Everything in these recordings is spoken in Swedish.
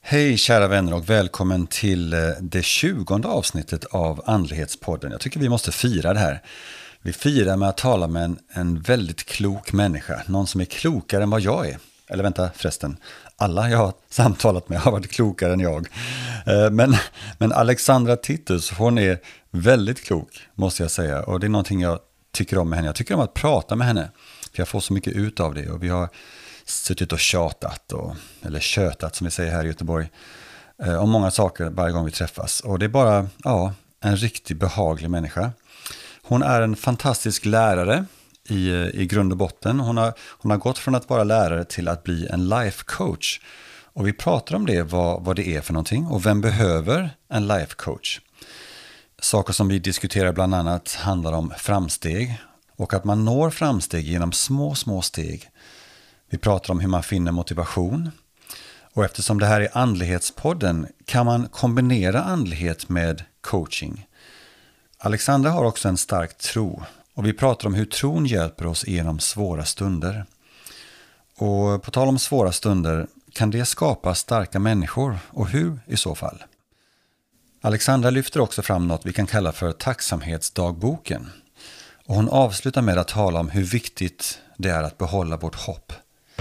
Hej kära vänner och välkommen till det 20:e avsnittet av Andlighetspodden. Jag tycker vi måste fira det här. Vi firar med att tala med en väldigt klok människa. Någon som är klokare än vad jag är. Eller vänta förresten, alla jag har samtalat med har varit klokare än jag. Men Alexandra Titus, hon är väldigt klok måste jag säga. Och det är någonting jag tycker om med henne. Jag tycker om att prata med henne. För jag får så mycket ut av det och vi har suttit och tjatat, eller tjötat som vi säger här i Göteborg, om många saker varje gång vi träffas. Och det är bara en riktigt behaglig människa. Hon är en fantastisk lärare i grund och botten. Hon har gått från att vara lärare till att bli en life coach. Och vi pratar om det, vad det är för någonting och vem behöver en life coach. Saker som vi diskuterar bland annat handlar om framsteg och att man når framsteg genom små steg. Vi pratar om hur man finner motivation. Och eftersom det här är andlighetspodden kan man kombinera andlighet med coaching. Alexandra har också en stark tro. Och vi pratar om hur tron hjälper oss genom svåra stunder. Och på tal om svåra stunder, kan det skapa starka människor? Och hur i så fall? Alexandra lyfter också fram något vi kan kalla för tacksamhetsdagboken. Och hon avslutar med att tala om hur viktigt det är att behålla vårt hopp.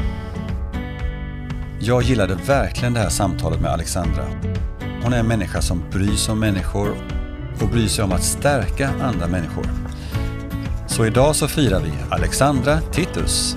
Jag gillade verkligen det här samtalet med Alexandra. Hon är en människa som bryr sig om människor och bryr sig om att stärka andra människor. Så idag så firar vi Alexandra Titus.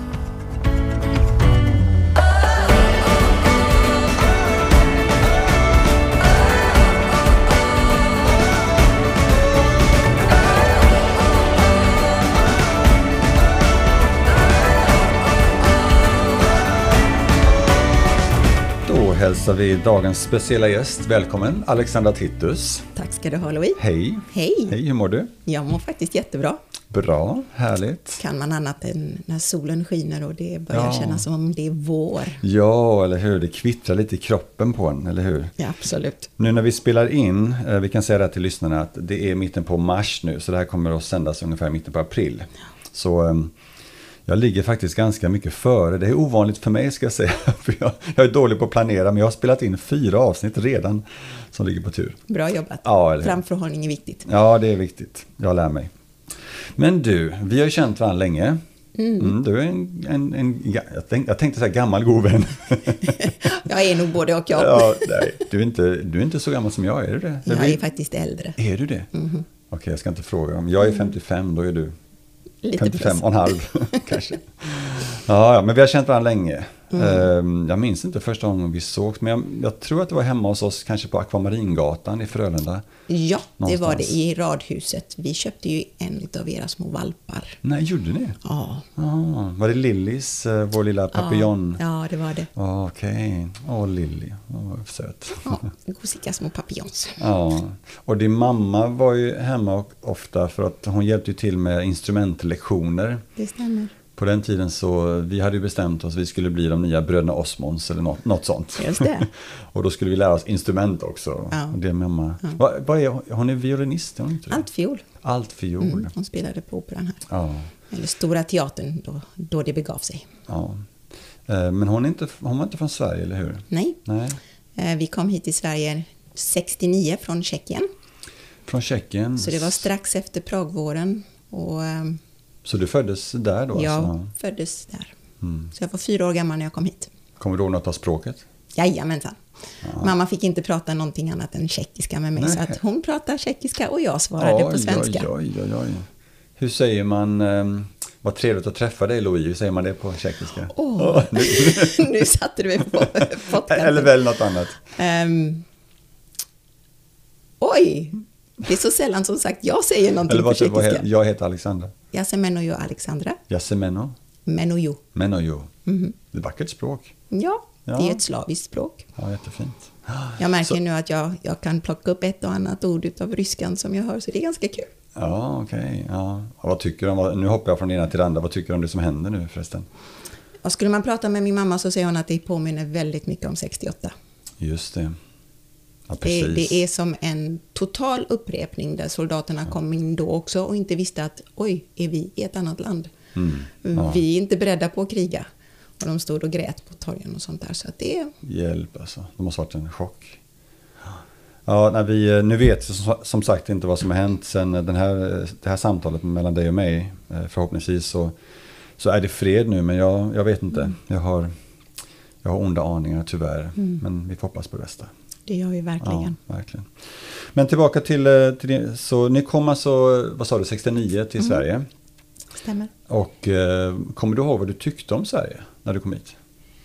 Hälsar vi dagens speciella gäst. Välkommen Alexandra Titus. Tack ska du ha, Louis. Hej. Hej. Hej, hur mår du? Jag mår faktiskt jättebra. Bra, härligt. Kan man annat än när solen skiner och det börjar kännas som om det är vår. Ja, eller hur? Det kvittrar lite i kroppen på en, eller hur? Ja, absolut. Nu när vi spelar in, vi kan säga det till lyssnarna att det är mitten på mars nu. Så det här kommer att sändas ungefär mitten på april. Så jag ligger faktiskt ganska mycket före. Det är ovanligt för mig ska jag säga. För jag är dålig på att planera. Men jag har spelat in 4 avsnitt redan som ligger på tur. Bra jobbat. Ja, framförhållning är viktigt. Ja, det är viktigt. Jag lär mig. Men du, vi har ju känt varandra länge. Du är jag tänkte säga gammal god vän. Jag är nog både och jag. Ja, nej, du är inte så gammal som jag, är du det? Jag är faktiskt äldre. Är du det? Mm-hmm. Okej, jag ska inte fråga. Om jag är 55, då är du... Lite 55,5 kanske. Ja, men vi har känt varandra länge. Jag minns inte första gången vi sågs, men jag tror att det var hemma hos oss, kanske på Akvamaringatan i Frölunda. Ja, någonstans. Det var det i radhuset. Vi köpte ju en av era små valpar. Nej, gjorde ni? Ja. Var det Lillis, vår lilla papillon? Ja, det var det. Okej. Lilly. Söt. Ja, gosiga små papillons. Ja, och din mamma var ju hemma ofta för att hon hjälpte ju till med instrumentlektioner. Det stämmer. På den tiden så vi hade ju bestämt oss att vi skulle bli de nya bröderna Osmonds eller något sånt. Just det. Och då skulle vi lära oss instrument också. Ja. Och det mamma. Ja. Vad är hon? Är violinist? Hon inte det? Altfiol. Altfiol. Hon spelade på operan här. Ja. Eller Stora Teatern då det begav sig. Ja. Men hon var inte från Sverige, eller hur? Nej. Nej. Vi kom hit till Sverige 69 från Tjeckien. Från Tjeckien. Så det var strax efter Pragvåren. Så du föddes där då? Jag föddes där. Så jag var 4 år gammal när jag kom hit. Kommer du ihåg något av språket? Jajamensan. Ja. Mamma fick inte prata någonting annat än tjeckiska med mig. Nej. Så att hon pratade tjeckiska och jag svarade på svenska. Oj. Hur säger man... Vad trevligt att träffa dig, Louis. Hur säger man det på tjeckiska? Nu satte du mig på pottkanten. Eller väl något annat. Oj! Det är så sällan som sagt jag säger någonting på tjeckiska. Jag heter Alexandra. Yasemenojo Alexandra. Yasemeno? Menojo. Mm-hmm. Det är vackert språk. Ja, det är ett slaviskt språk. Ja, jättefint. Jag märker nu att jag kan plocka upp ett och annat ord av ryskan som jag hör, så det är ganska kul. Ja, okej. Ja. Vad tycker du om, nu hoppar jag från det ena till det andra. Vad tycker du om det som händer nu förresten? Och skulle man prata med min mamma så säger hon att det påminner väldigt mycket om 68. Just det. Ja, det är som en total upprepning där soldaterna kom in då också och inte visste att oj, är vi i ett annat land? Vi är inte beredda på att kriga. Och de stod och grät på torgen och sånt där. Så att det... Hjälp alltså, det måste ha varit en chock. Ja, när vi nu vet som sagt inte vad som har hänt sen det här samtalet mellan dig och mig. Förhoppningsvis så är det fred nu, men jag vet inte. Jag har onda aningar tyvärr, men vi får hoppas på det bästa. Det gör vi verkligen. Ja, verkligen. Men tillbaka till så ni kom alltså, vad sa du, 69 till Sverige? Stämmer. Och kommer du ihåg vad du tyckte om Sverige när du kom hit?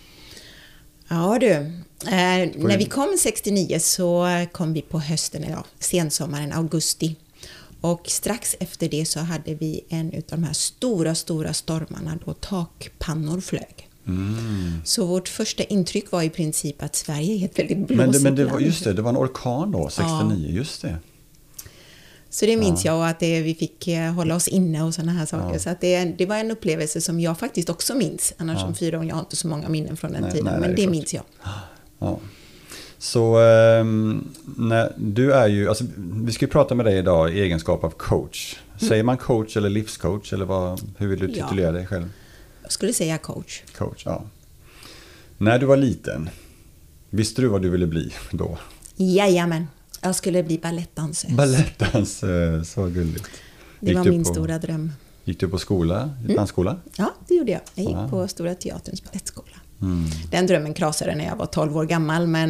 Ja du, när vi kom 69 så kom vi på hösten, sensommaren, augusti. Och strax efter det så hade vi en av de här stora stormarna då takpannor flög. Så vårt första intryck var i princip att Sverige är ett väldigt blåsigt men det land. var, just det var en orkan då, 69, just det. Så det minns jag, att vi fick hålla oss inne och sådana här saker. Ja. Så att det var en upplevelse som jag faktiskt också minns. Annars som 4 år, jag har inte så många minnen från den tiden. Men det minns jag. Ja. Så när du är ju, alltså, vi ska ju prata med dig idag i egenskap av coach. Säger man coach eller livscoach? Eller hur vill du titulera dig själv? Jag skulle säga coach. Coach, ja. När du var liten, visste du vad du ville bli då? Jajamän. Jag skulle bli balettdansös. Balettdansös, så gulligt. Det var min stora dröm. Gick du på skola, dansskola? Ja, det gjorde jag. Jag gick på Stora Teaterns balettskola. Den drömmen krasade när jag var 12 år gammal, men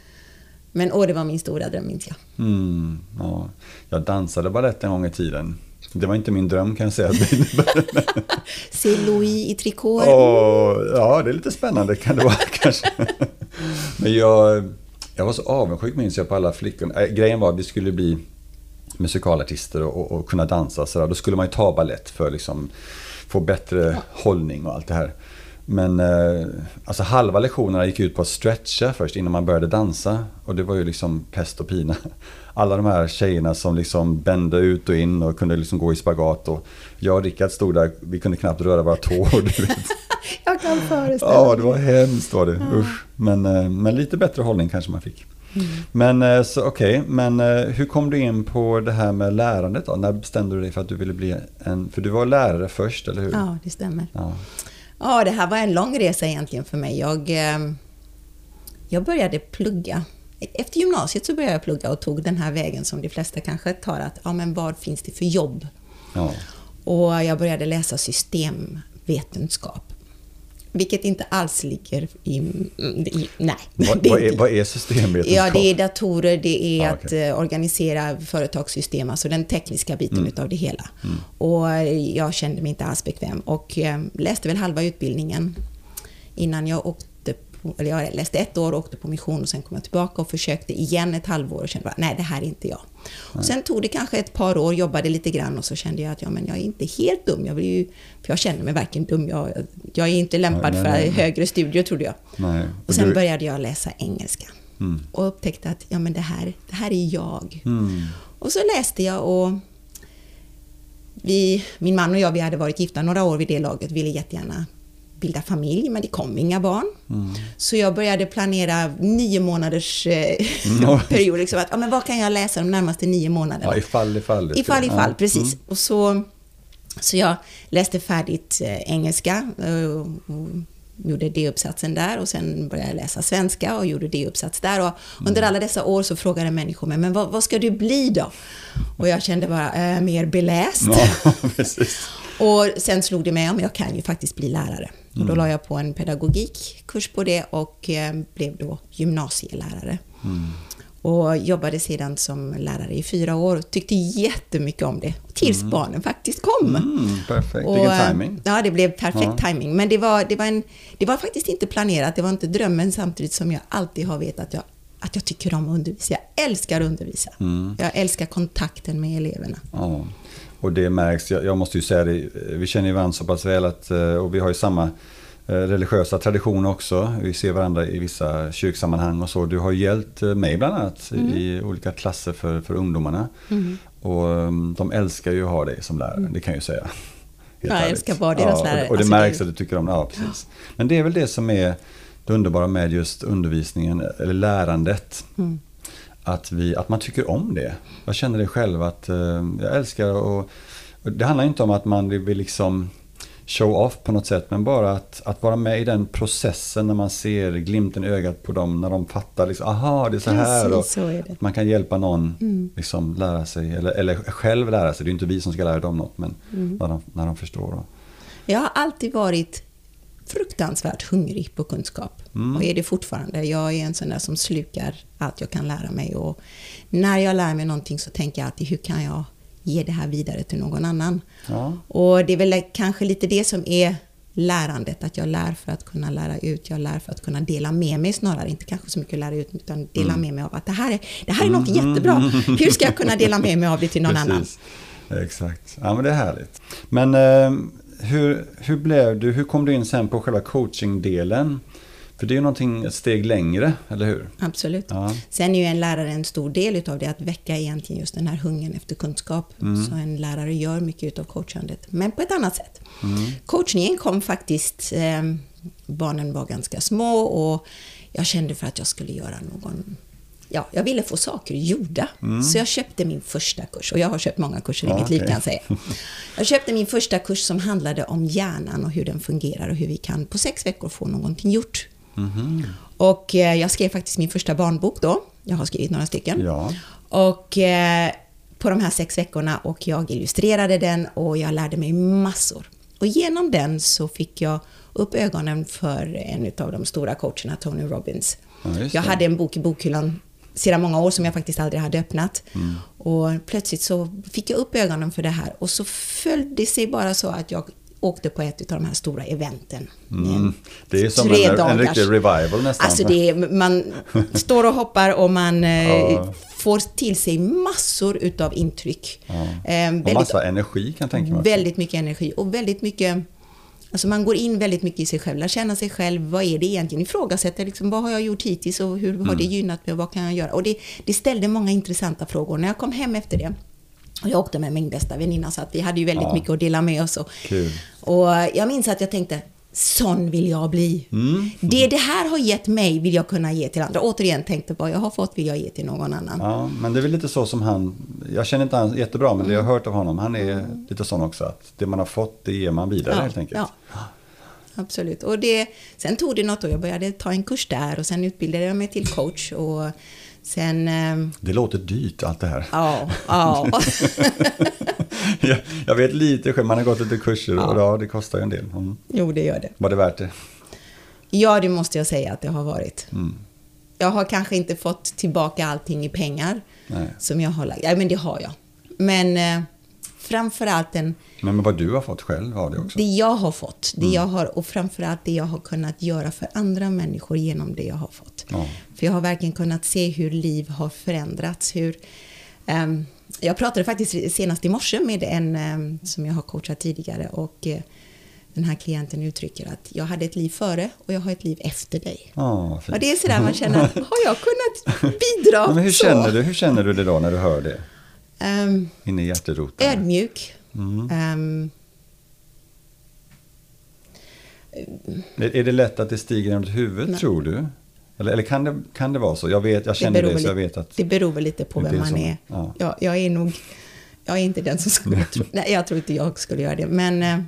det var min stora dröm, minns jag. Ja. Jag dansade balett en gång i tiden. Det var inte min dröm, kan jag säga. Se Louis i trikå. Ja, det är lite spännande kan det vara kanske. Men jag var så avundsjuk, minns jag, på alla flickor. Grejen var att vi skulle bli musikalartister och kunna dansa. Så då skulle man ju ta ballett för liksom få bättre hållning och allt det här. Men alltså halva lektionerna gick ut på att stretcha först innan man började dansa. Och det var ju liksom pest och pina. Alla de här tjejerna som liksom bände ut och in och kunde liksom gå i spagat. Och jag och Rickard stod där, vi kunde knappt röra våra tår. Du vet. Jag kan föreställa mig. Ja, det var hemskt var det. Usch. Men lite bättre hållning kanske man fick. Men så okej. Men hur kom du in på det här med lärandet då? När bestämde du dig för att du ville bli för du var lärare först, eller hur? Ja, det stämmer. Ja, det här var en lång resa egentligen för mig. Jag började plugga. Efter gymnasiet så började jag plugga och tog den här vägen som de flesta kanske tar, att men vad finns det för jobb? Ja. Och jag började läsa systemvetenskap. Vilket inte alls ligger nej. Vad är systemvetenskap? Ja, det är datorer, det är att organisera företagssystem, alltså den tekniska biten utav det hela. Och jag kände mig inte alls bekväm och läste väl halva utbildningen innan jag jag läste 1 år och åkte på mission och sen kom jag tillbaka och försökte igen ett halvår och kände bara, nej, det här är inte jag. Och sen tog det kanske ett par år, jobbade lite grann och så kände jag att jag är inte helt dum. För jag känner mig verkligen dum. Jag är inte lämpad för högre studier, trodde jag. Nej. Och sen började jag läsa engelska. Och upptäckte att det här är jag. Och så läste jag och min man och jag, vi hade varit gifta några år vid det laget, ville jättegärna bilda familj, men det kom inga barn. Så jag började planera 9 månaders period. Liksom, att, men vad kan jag läsa de närmaste 9 månaderna? Ja, ifall, precis. Och så jag läste färdigt engelska och gjorde D-uppsatsen där och sen började jag läsa svenska och gjorde D-uppsats där. Och under alla dessa år så frågade människor mig, men vad ska du bli då? Och jag kände bara, mer beläst. Ja, precis. Och sen slog det mig om jag kan ju faktiskt bli lärare. Och då la jag på en pedagogikkurs på det och blev då gymnasielärare. Och jobbade sedan som lärare i 4 år och tyckte jättemycket om det. Tills barnen faktiskt kom. Perfekt, vilken timing. Ja, det blev perfekt timing. Men det var faktiskt inte planerat, det var inte drömmen, samtidigt som jag alltid har vetat att jag tycker om att undervisa. Jag älskar att undervisa. Jag älskar kontakten med eleverna. Ja. Och det märks, jag måste ju säga det, vi känner ju varandra så pass väl och vi har ju samma religiösa traditioner också. Vi ser varandra i vissa kyrksammanhang och så. Du har hjälpt mig bland annat i olika klasser för ungdomarna. Och de älskar ju att ha dig som lärare, det kan jag ju säga. Jag älskar vara deras lärare. Och det märks att du tycker om det, precis. Men det är väl det som är det underbara med just undervisningen, eller lärandet. Att man tycker om det. Jag känner det själv att jag älskar och det handlar inte om att man vill liksom show off på något sätt, men bara att vara med i den processen när man ser glimten i ögat på dem, när de fattar liksom, aha, det är så här. Precis, och så är det. Man kan hjälpa någon liksom lära sig, eller själv lära sig. Det är ju inte vi som ska lära dem något, men när de förstår. Då. Jag har alltid varit fruktansvärt hungrig på kunskap. Och är det fortfarande. Jag är en sån där som slukar allt jag kan lära mig. Och när jag lär mig någonting så tänker jag alltid, hur kan jag ge det här vidare till någon annan? Ja. Och det är väl kanske lite det som är lärandet. Att jag lär för att kunna lära ut. Jag lär för att kunna dela med mig snarare. Inte kanske så mycket lära ut, utan dela med mig av att det här är något jättebra. Hur ska jag kunna dela med mig av det till någon annan? Exakt. Ja, men det är härligt. Men hur kom du in sen på själva coachingdelen? För det är ju någonting ett steg längre, eller hur? Absolut. Ja. Sen är ju en lärare en stor del utav det, att väcka egentligen just den här hungern efter kunskap. Så en lärare gör mycket utav coachandet, men på ett annat sätt. Coachningen kom faktiskt, barnen var ganska små och jag kände för att jag skulle göra jag ville få saker gjorda. Så jag köpte min första kurs. Och jag har köpt många kurser i mitt liv, kan jag säga. Jag köpte min första kurs som handlade om hjärnan och hur den fungerar och hur vi kan på 6 veckor få någonting gjort. Och jag skrev faktiskt min första barnbok då. Jag har skrivit några stycken. Ja. Och på de här 6 veckorna, och jag illustrerade den och jag lärde mig massor. Och genom den så fick jag upp ögonen för en av de stora coacherna, Tony Robbins. Ja, jag hade en bok i bokhyllan sedan många år som jag faktiskt aldrig hade öppnat. Och plötsligt så fick jag upp ögonen för det här. Och så följde det sig bara så att jag åkte på ett av de här stora eventen. Det är som en riktig revival nästan. Alltså man står och hoppar och man får till sig massor utav intryck. Och massa energi, kan jag tänka mig. Väldigt mycket energi och väldigt mycket. Alltså man går in väldigt mycket i sig själv, lär känna sig själv, vad är det egentligen, ifrågasätter liksom, vad har jag gjort hittills och hur har det gynnat mig och vad kan jag göra? Och det ställde många intressanta frågor. När jag kom hem efter det, och jag åkte med min bästa väninna, så att vi hade ju väldigt mycket att dela med oss. Och jag minns att jag tänkte, sån vill jag bli. Det här har gett mig vill jag kunna ge till andra. Återigen tänkte, vad jag har fått vill jag ge till någon annan. Ja, men det är väl lite så som han, jag känner inte han jättebra, men det jag har hört av honom, han är lite sån också, att det man har fått, det ger man vidare helt enkelt. Ja. Absolut. Och sen tog det något år. Jag började ta en kurs där och sen utbildade jag mig till coach. Och sen... Det låter dyrt allt det här. Ja. Jag vet lite själv, man har gått lite kurser och det kostar ju en del. Jo, det gör det. Var det värt det? Ja, det måste jag säga att det har varit. Jag har kanske inte fått tillbaka allting i pengar. Nej. Som jag har lagt. Ja, men det har jag. Men... framförallt Men vad du har fått själv har det också. Det jag har fått, det jag har, och framförallt det jag har kunnat göra för andra människor genom det jag har fått. För jag har verkligen kunnat se hur liv har förändrats. Jag pratade faktiskt senast i morse med en som jag har coachat tidigare, och den här klienten uttrycker att jag hade ett liv före och jag har ett liv efter dig. Och det är sådär man känner, har jag kunnat bidra? Men hur känner du det då när du hör det? Inne i hjärteroten. Ödmjuk. Är det lätt att det stiger genom huvudet, tror du? Eller kan det vara så? Jag känner det så jag vet att... Det beror väl lite på vem man är. Ja. Jag är inte den som skulle tro... Nej, jag tror inte jag skulle göra det. Men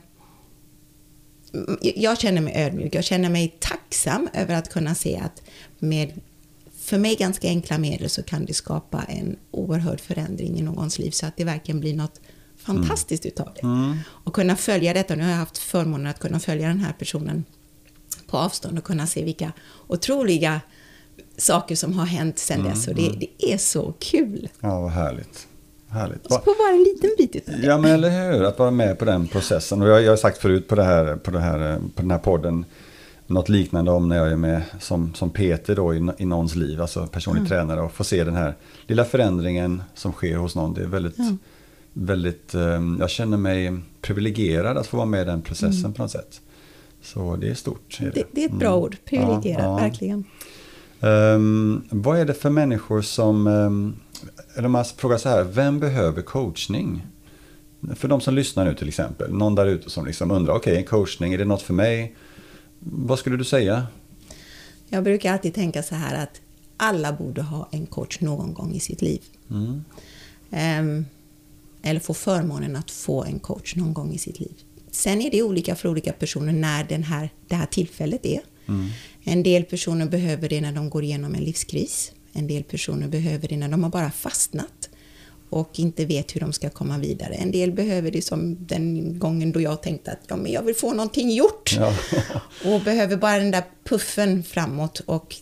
jag känner mig ödmjuk. Jag känner mig tacksam över att kunna se att med för mig ganska enkla medel så kan det skapa en oerhörd förändring i någons liv, så att det verkligen blir något fantastiskt utav det. Och kunna följa detta. Nu har jag haft förmånen att kunna följa den här personen på avstånd och kunna se vilka otroliga saker som har hänt sedan dess. Och det är så kul. Ja, vad härligt. Och så få vara en liten bit utav det. Ja, men eller hur? Att vara med på den processen. Och jag har sagt förut på den här podden något liknande om när jag är med som Peter då i någons liv, alltså personlig tränare, och få se den här lilla förändringen som sker hos någon. Det är väldigt jag känner mig privilegierad att få vara med i den processen på något sätt. Så det är stort. Det är ett bra ord, privilegierad, verkligen. Vad är det för människor som, eller man frågar så här, vem behöver coachning? För de som lyssnar nu till exempel, någon där ute som liksom undrar, okej, coachning, är det något för mig? Vad skulle du säga? Jag brukar alltid tänka så här att alla borde ha en coach någon gång i sitt liv. Eller få förmånen att få en coach någon gång i sitt liv. Sen är det olika för olika personer när det här tillfället är. En del personer behöver det när de går igenom en livskris. En del personer behöver det när de har bara fastnat och inte vet hur de ska komma vidare. En del behöver det som den gången då jag tänkte att men jag vill få någonting gjort. Ja. Och behöver bara den där puffen framåt. Och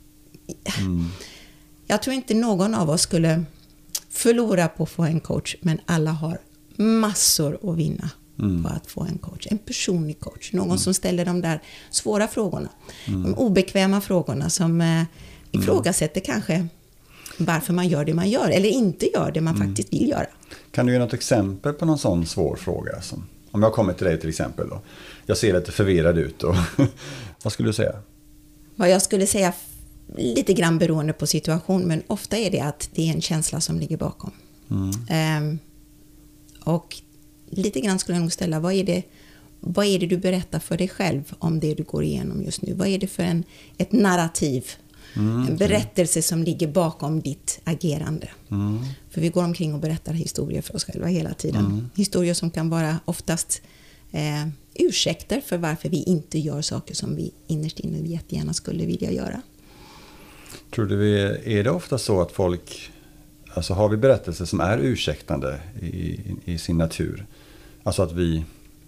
jag tror inte någon av oss skulle förlora på att få en coach, men alla har massor att vinna på att få en coach. En personlig coach. Någon som ställer de där svåra frågorna. De obekväma frågorna som ifrågasätter kanske varför man gör det man gör eller inte gör det man faktiskt vill göra. Kan du ge något exempel på någon sån svår fråga? Om jag kommer till dig till exempel då. Jag ser lite förvirrad ut. Och vad skulle du säga? Vad jag skulle säga lite grann beroende på situation, men ofta är det att det är en känsla som ligger bakom. Och lite grann skulle jag nog ställa, vad är det du berättar för dig själv om det du går igenom just nu? Vad är det för ett narrativ, en berättelse som ligger bakom ditt agerande? För vi går omkring och berättar historier för oss själva hela tiden. Historier som kan vara oftast ursäkter för varför vi inte gör saker som vi innerst inne jättegärna skulle vilja göra. Tror du är det ofta så att folk, alltså har vi berättelser som är ursäktande i sin natur? Alltså att vi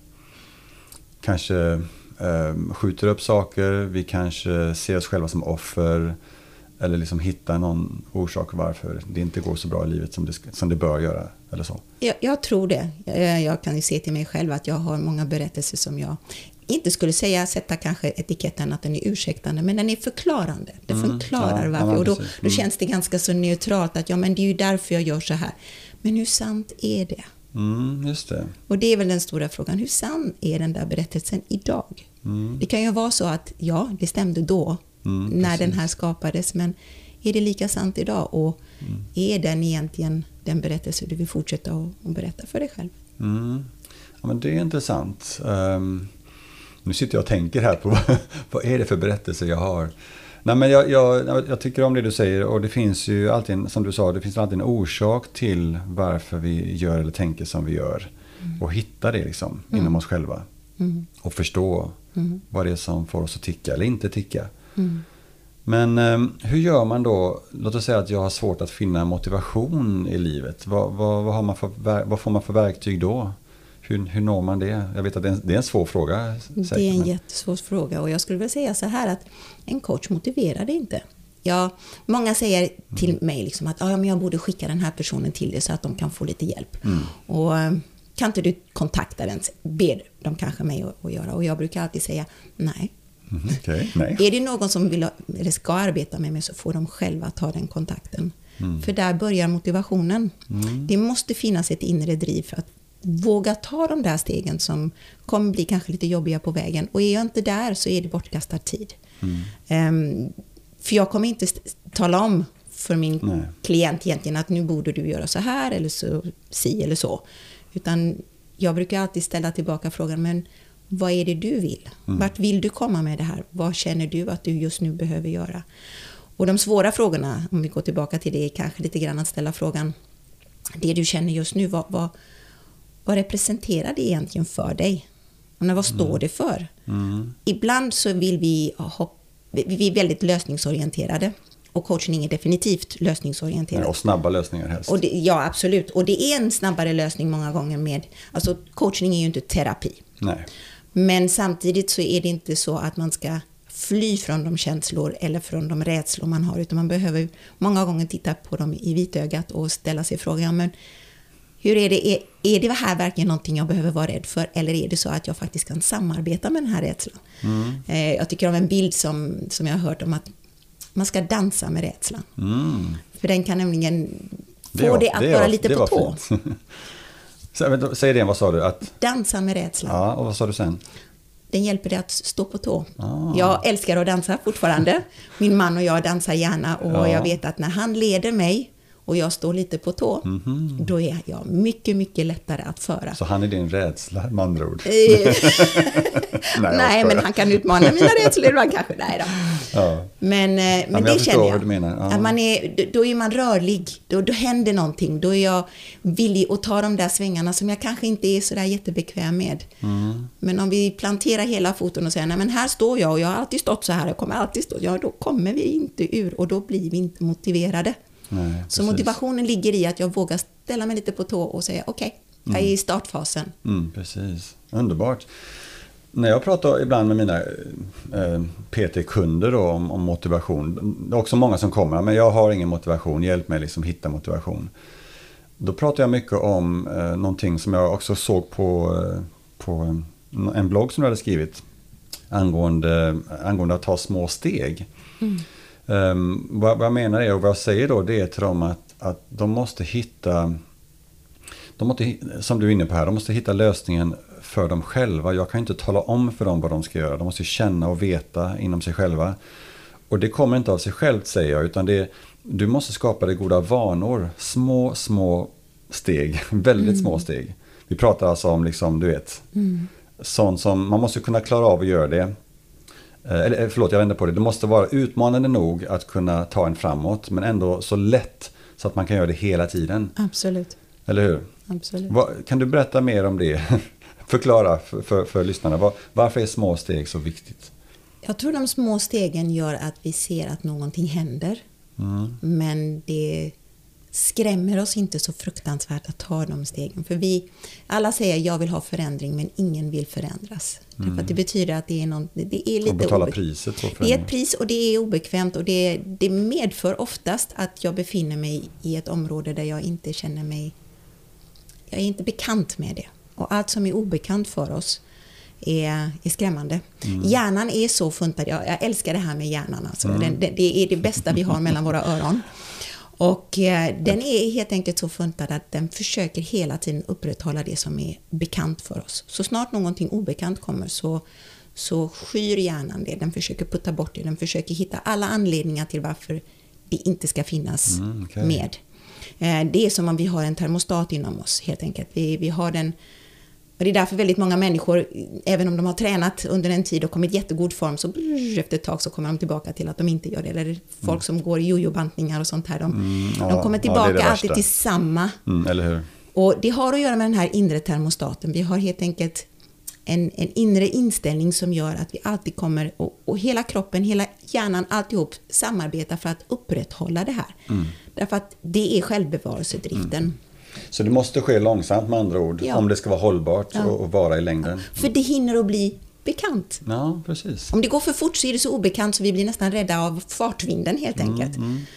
kanske skjuter upp saker, vi kanske ser oss själva som offer eller liksom hittar någon orsak varför det inte går så bra i livet som det bör göra eller så. Jag tror det. Jag kan ju se till mig själv att jag har många berättelser som jag inte skulle sätta kanske etiketten att den är ursäktande, men den är förklarande. Det förklarar varför. Och då känns det ganska så neutralt att men det är ju därför jag gör så här. Men hur sant är det? Just det. Och det är väl den stora frågan. Hur sann är den där berättelsen idag? Det kan ju vara så att det stämde då när den här skapades, men är det lika sant idag? Och är den egentligen den berättelse du vill fortsätta att berätta för dig själv? Ja, men det är intressant. Nu sitter jag och tänker här på vad är det för berättelse jag har. Nej, men jag tycker om det du säger, och det finns ju alltid, som du sa, det finns alltid en orsak till varför vi gör eller tänker som vi gör. Och hitta det liksom inom oss själva. Och förstå vad det är som får oss att ticka eller inte ticka. Men hur gör man då? Låt oss säga att jag har svårt att finna motivation i livet. Vad får man för verktyg då? Hur når man det? Jag vet att det är en svår fråga. Det är en jättesvår fråga, och jag skulle väl säga så här att en coach motiverar det inte. Många säger till mig liksom att men jag borde skicka den här personen till dig så att de kan få lite hjälp. Och kan inte du kontakta den? Ber de kanske mig att göra. Och jag brukar alltid säga nej. Nej. Är det någon som vill eller ska arbeta med mig, så får de själva ta den kontakten. För där börjar motivationen. Det måste finnas ett inre driv för att våga ta de där stegen som kommer bli kanske lite jobbiga på vägen. Och är jag inte där, så är det bortkastad tid. För jag kommer inte tala om för min klient egentligen att nu borde du göra så här eller så, si eller så. Utan jag brukar alltid ställa tillbaka frågan, men vad är det du vill? Vart vill du komma med det här? Vad känner du att du just nu behöver göra? Och de svåra frågorna, om vi går tillbaka till det, är kanske lite grann att ställa frågan, det du känner just nu, vad representerar det egentligen för dig? Och vad står det för? Ibland så vill vi är väldigt lösningsorienterade. Och coachning är definitivt lösningsorienterad. Och snabba lösningar helst. Och ja, absolut. Och det är en snabbare lösning många gånger med... Alltså coachning är ju inte terapi. Nej. Men samtidigt så är det inte så att man ska fly från de känslor eller från de rädslor man har. Utan man behöver många gånger titta på dem i vitögat och ställa sig frågan, men hur är det? Är det här verkligen någonting jag behöver vara rädd för? Eller är det så att jag faktiskt kan samarbeta med den här rädslan? Jag tycker om en bild som jag har hört om att man ska dansa med rädslan. För den kan nämligen få det att vara lite på tå. Säg det, vad sa du? Att dansa med rädslan. Ja, och vad sa du sen? Den hjälper dig att stå på tå. Jag älskar att dansa fortfarande. Min man och jag dansar gärna. Och jag vet att när han leder mig och jag står lite på tå, då är jag mycket, mycket lättare att föra. Så han är din rädsla, med andra ord? Nej, men han kan utmana mina rädslor ibland kanske. Nej då. Ja. Men det känner jag. Du menar. Ja. Att då är man rörlig, då händer någonting. Då är jag villig att ta de där svängarna som jag kanske inte är så där jättebekväm med. Men om vi planterar hela foten och säger, nej men här står jag och jag har alltid stått så här, jag kommer alltid stå, ja då kommer vi inte ur och då blir vi inte motiverade. Nej, så motivationen ligger i att jag vågar ställa mig lite på tå och säga okej, jag är i startfasen. Precis, underbart. När jag pratar ibland med mina PT-kunder då, om motivation, det är också många som kommer, men jag har ingen motivation, hjälp mig liksom hitta motivation. Då pratar jag mycket om någonting som jag också såg på en blogg som du hade skrivit angående att ta små steg. Vad jag menar är, och vad jag säger då, det är till dem att de måste hitta, som du är inne på här, de måste hitta lösningen för dem själva. Jag kan inte tala om för dem vad de ska göra. De måste känna och veta inom sig själva. Och det kommer inte av sig självt, säger jag, utan du måste skapa det goda vanor. Små steg, väldigt små steg. Vi pratar alltså om, liksom, du vet, sånt som man måste kunna klara av att göra det. Jag vänder på det. Det måste vara utmanande nog att kunna ta en framåt, men ändå så lätt så att man kan göra det hela tiden. Absolut. Eller hur? Absolut. Kan du berätta mer om det? Förklara för lyssnarna. Varför är små steg så viktigt? Jag tror de små stegen gör att vi ser att någonting händer. Men det skrämmer oss inte så fruktansvärt att ta de stegen. För alla säger jag vill ha förändring, men ingen vill förändras. Därför att det betyder att det är lite och betala priset. Det är ett pris och det är obekvämt. Och det medför oftast att jag befinner mig i ett område där jag inte känner mig... Jag är inte bekant med det. Och allt som är obekant för oss är skrämmande. Hjärnan är så funtad. Jag älskar det här med hjärnan. Alltså. Det är det bästa vi har mellan våra öron. Och den är helt enkelt så funtad att den försöker hela tiden upprätthålla det som är bekant för oss. Så snart någonting obekant kommer så skyr hjärnan det. Den försöker putta bort det. Den försöker hitta alla anledningar till varför det inte ska finnas med. Det är som om vi har en termostat inom oss helt enkelt. Vi har den. Och det är därför väldigt många människor, även om de har tränat under en tid och kommit i jättegod form, så efter ett tag så kommer de tillbaka till att de inte gör det. Eller folk som går i jojo-bantningar och sånt här. De kommer tillbaka alltid till samma. Eller hur? Och det har att göra med den här inre termostaten. Vi har helt enkelt en inre inställning som gör att vi alltid kommer, och hela kroppen, hela hjärnan, alltihop samarbetar för att upprätthålla det här. Därför att det är självbevarelsedriften. Så det måste ske långsamt, med andra ord, om det ska vara hållbart och vara i längden. För det hinner att bli bekant. Ja, precis. Om det går för fort så är det så obekant så vi blir nästan rädda av fartvinden helt enkelt.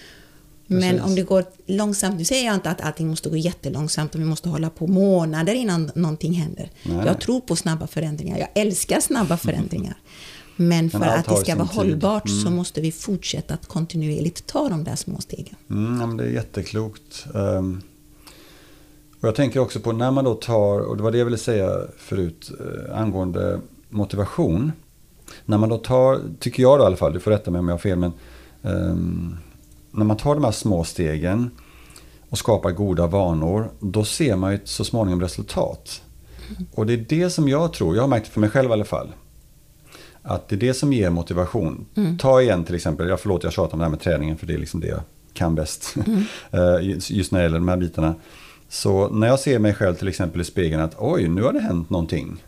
Men om det går långsamt, nu säger jag inte att allting måste gå jättelångsamt och vi måste hålla på månader innan någonting händer. Nej. Jag tror på snabba förändringar, jag älskar snabba förändringar. Men för att det ska vara hållbart så måste vi fortsätta att kontinuerligt ta de där små stegen. Men det är jätteklokt. Och jag tänker också på när man då tar, och det var det jag ville säga förut angående motivation. När man då tar, tycker jag då i alla fall, du får rätta mig om jag har fel, men när man tar de här små stegen och skapar goda vanor, då ser man ju så småningom resultat. Och det är det som jag tror, jag har märkt för mig själv i alla fall, att det är det som ger motivation. Ta igen till exempel, jag tjatar om det här med träningen för det är liksom det jag kan bäst. Just när det gäller de här bitarna. Så när jag ser mig själv till exempel i spegeln att oj, nu har det hänt någonting.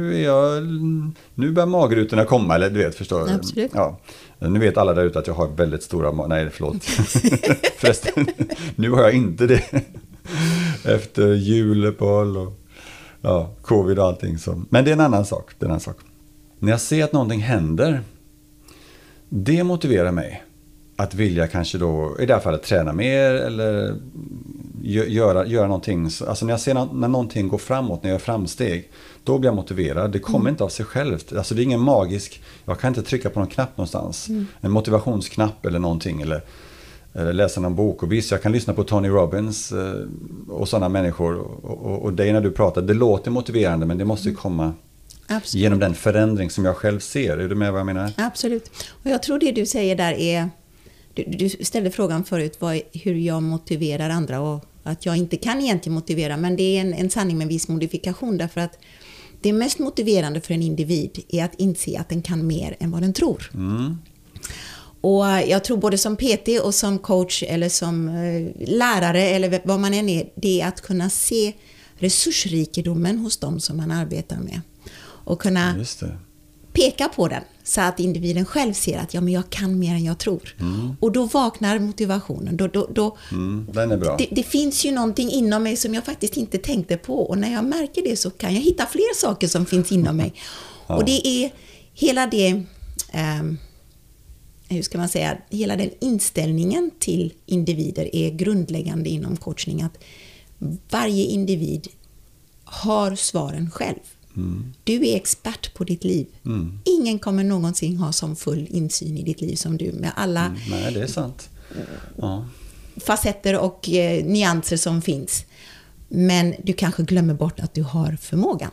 Nu börjar magrutorna komma, eller du vet, förstår du? Absolut. Ja. Nu vet alla där ute att jag har väldigt stora förresten, nu har jag inte det. Efter juluppehåll och covid och allting. Men det är en annan sak. När jag ser att någonting händer, det motiverar mig att vilja kanske då, i det här fallet, träna mer eller göra någonting. Alltså när jag ser när någonting går framåt, när jag gör framsteg, då blir jag motiverad. Det kommer inte av sig självt. Alltså det är ingen magisk, jag kan inte trycka på någon knapp någonstans. En motivationsknapp eller någonting, eller läsa någon bok. Och visst, jag kan lyssna på Tony Robbins och sådana människor. Och det när du pratar, det låter motiverande, men det måste komma genom den förändring som jag själv ser. Är du med vad jag menar? Absolut. Och jag tror det du säger där är, Du ställde frågan förut hur jag motiverar andra och att jag inte kan egentligen motivera, men det är en sanning med viss modifikation, därför att det mest motiverande för en individ är att inse att den kan mer än vad den tror. Och jag tror både som PT och som coach eller som lärare eller vad man än är, det är att kunna se resursrikedomen hos dem som man arbetar med och kunna peka på den så att individen själv ser att men jag kan mer än jag tror. Och då vaknar motivationen. Den är bra. Det finns ju någonting inom mig som jag faktiskt inte tänkte på, och när jag märker det så kan jag hitta fler saker som finns inom mig. Och det är hela det hur ska man säga, hela den inställningen till individer är grundläggande inom coachning, att varje individ har svaren själv. Du är expert på ditt liv. Ingen kommer någonsin ha som full insyn i ditt liv som du, med alla Nej, det är sant. facetter och nyanser som finns. Men du kanske glömmer bort att du har förmågan.